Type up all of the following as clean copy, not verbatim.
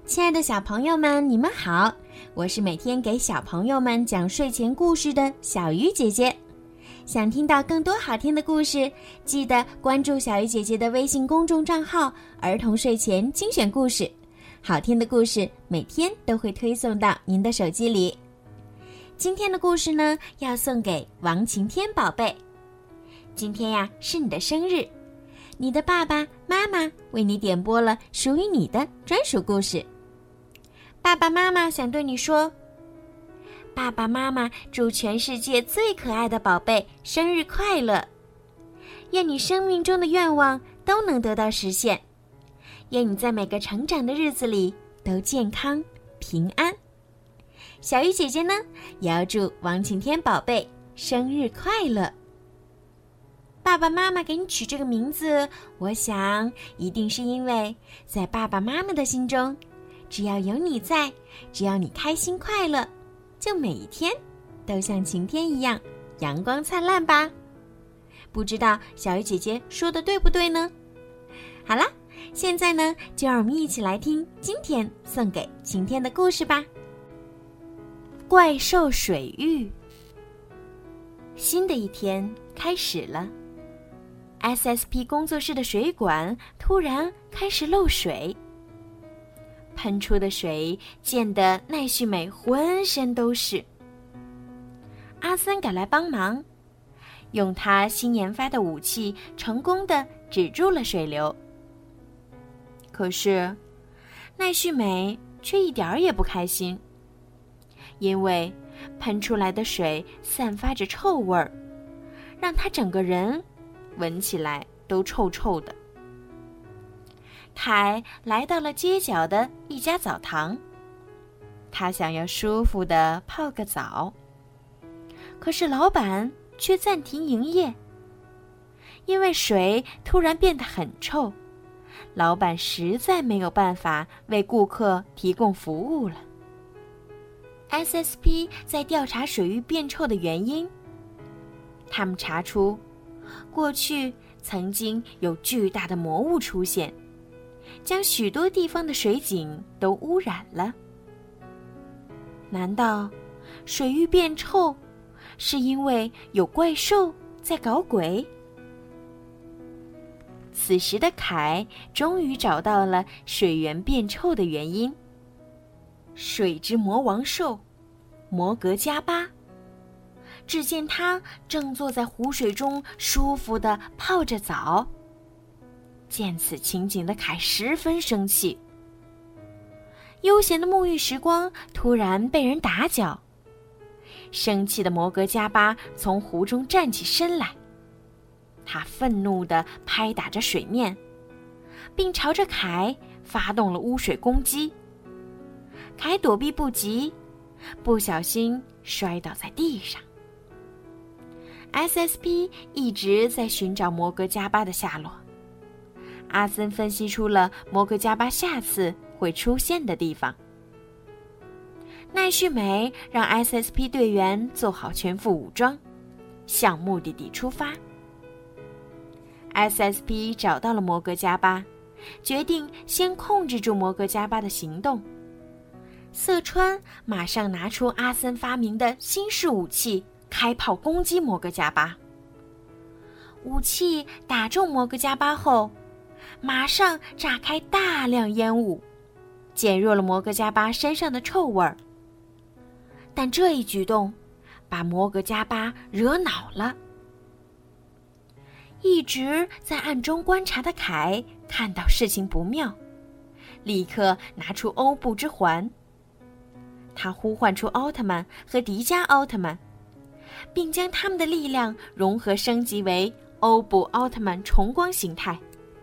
亲爱的小朋友们，你们好，我是每天给小朋友们讲睡前故事的小鱼姐姐。想听到更多好听的故事，记得关注小鱼姐姐的微信公众账号儿童睡前精选故事，好听的故事每天都会推送到您的手机里。今天的故事呢，要送给王晴天宝贝。今天呀，是你的生日，你的爸爸妈妈为你点播了属于你的专属故事。爸爸妈妈想对你说，爸爸妈妈祝全世界最可爱的宝贝生日快乐，愿你生命中的愿望都能得到实现，愿你在每个成长的日子里都健康平安。小鱼姐姐呢，也要祝王晴天宝贝生日快乐。爸爸妈妈给你取这个名字，我想一定是因为在爸爸妈妈的心中，只要有你在，只要你开心快乐，就每一天都像晴天一样阳光灿烂吧。不知道小鱼姐姐说的对不对呢？好啦，现在呢，就让我们一起来听今天送给晴天的故事吧。怪兽水域。新的一天开始了， SSP 工作室的水管突然开始漏水，喷出的水溅得奈绪美浑身都是。阿森赶来帮忙，用他新研发的武器成功地止住了水流。可是奈绪美却一点儿也不开心，因为喷出来的水散发着臭味儿，让他整个人闻起来都臭臭的。凯来到了街角的一家澡堂，他想要舒服地泡个澡，可是老板却暂停营业，因为水突然变得很臭，老板实在没有办法为顾客提供服务了。SSP 在调查水域变臭的原因，他们查出过去曾经有巨大的魔物出现，将许多地方的水井都污染了。难道水域变臭是因为有怪兽在搞鬼？此时的凯终于找到了水源变臭的原因，水之魔王兽摩格加巴。只见他正坐在湖水中舒服地泡着澡。见此情景的凯十分生气，悠闲的沐浴时光突然被人打搅。生气的摩格加巴从湖中站起身来，他愤怒地拍打着水面，并朝着凯发动了污水攻击。凯躲避不及，不小心摔倒在地上。SSP 一直在寻找摩格加巴的下落。阿森分析出了摩格加巴下次会出现的地方。奈绪美让 SSP 队员做好全副武装，向目的地出发。SSP 找到了摩格加巴，决定先控制住摩格加巴的行动。色川马上拿出阿森发明的新式武器，开炮攻击摩格加巴。武器打中摩格加巴后，马上炸开大量烟雾，减弱了摩格加巴身上的臭味儿。但这一举动把摩格加巴惹恼了。一直在暗中观察的凯看到事情不妙，立刻拿出欧布之环。他呼唤出奥特曼和迪迦奥特曼，并将他们的力量融合升级为欧布奥特曼重光形态。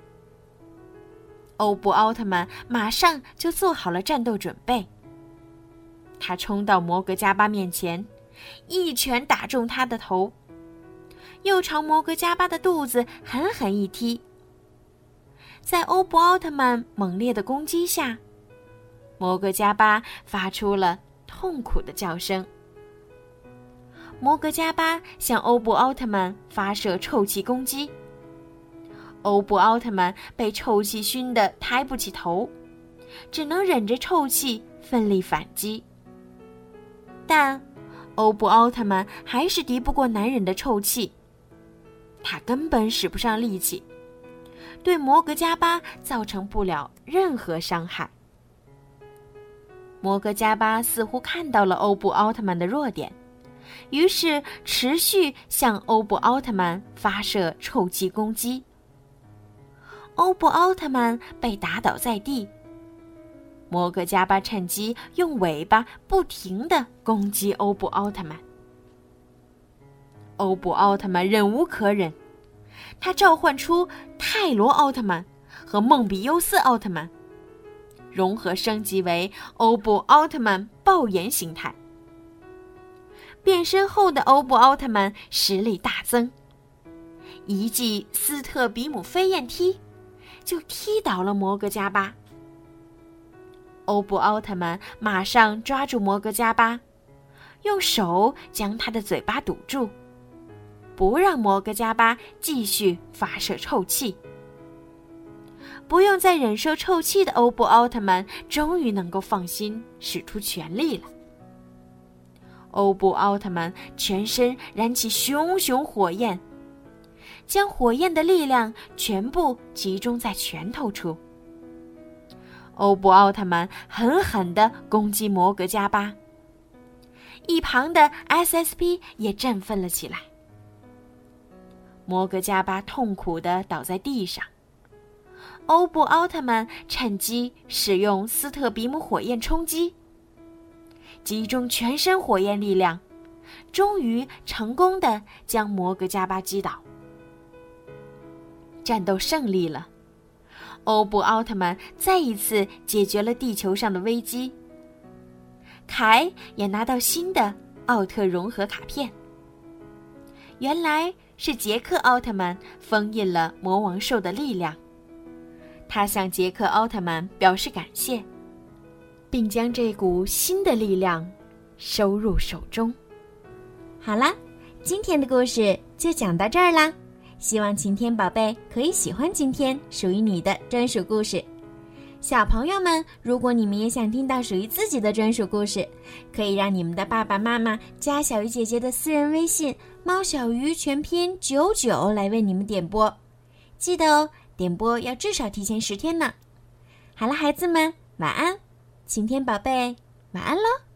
欧布奥特曼马上就做好了战斗准备，他冲到摩格加巴面前，一拳打中他的头，又朝摩格加巴的肚子狠狠一踢。在欧布奥特曼猛烈的攻击下，摩格加巴发出了痛苦的叫声。摩格加巴向欧布奥特曼发射臭气攻击，欧布奥特曼被臭气熏得抬不起头， 只能忍着臭气奋力反击。但欧布奥特曼还是敌不过男人的臭气，他根本使不上力气，对摩格加巴造成不了任何伤害。摩格加巴似乎看到了欧布奥特曼的弱点，于是持续向欧布奥特曼发射臭气攻击。欧布奥特曼被打倒在地，摩格加巴趁机用尾巴不停地攻击欧布奥特曼。欧布奥特曼忍无可忍，他召唤出泰罗奥特曼和梦比优斯奥特曼，融合升级为欧布奥特曼爆炎形态。变身后的欧布奥特曼实力大增，一记斯特比姆飞燕踢就踢倒了摩格加巴。欧布奥特曼马上抓住摩格加巴，用手将他的嘴巴堵住，不让摩格加巴继续发射臭气。不用再忍受臭气的欧布奥特曼终于能够放心使出全力了。欧布奥特曼全身燃起熊熊火焰，将火焰的力量全部集中在拳头处。欧布奥特曼狠狠地攻击摩格加巴，一旁的 SSP 也振奋了起来。摩格加巴痛苦地倒在地上，欧布奥特曼趁机使用斯特比姆火焰冲击，集中全身火焰力量，终于成功地将摩格加巴击倒。战斗胜利了，欧布奥特曼再一次解决了地球上的危机。凯也拿到新的奥特融合卡片，原来是杰克奥特曼封印了魔王兽的力量。他向杰克奥特曼表示感谢，并将这股新的力量收入手中。好啦，今天的故事就讲到这儿啦。希望晴天宝贝可以喜欢今天属于你的专属故事。小朋友们，如果你们也想听到属于自己的专属故事，可以让你们的爸爸妈妈加小鱼姐姐的私人微信猫小鱼全拼99来为你们点播。记得哦，点播要至少提前10天呢。好了，孩子们，晚安。晴天宝贝，晚安喽。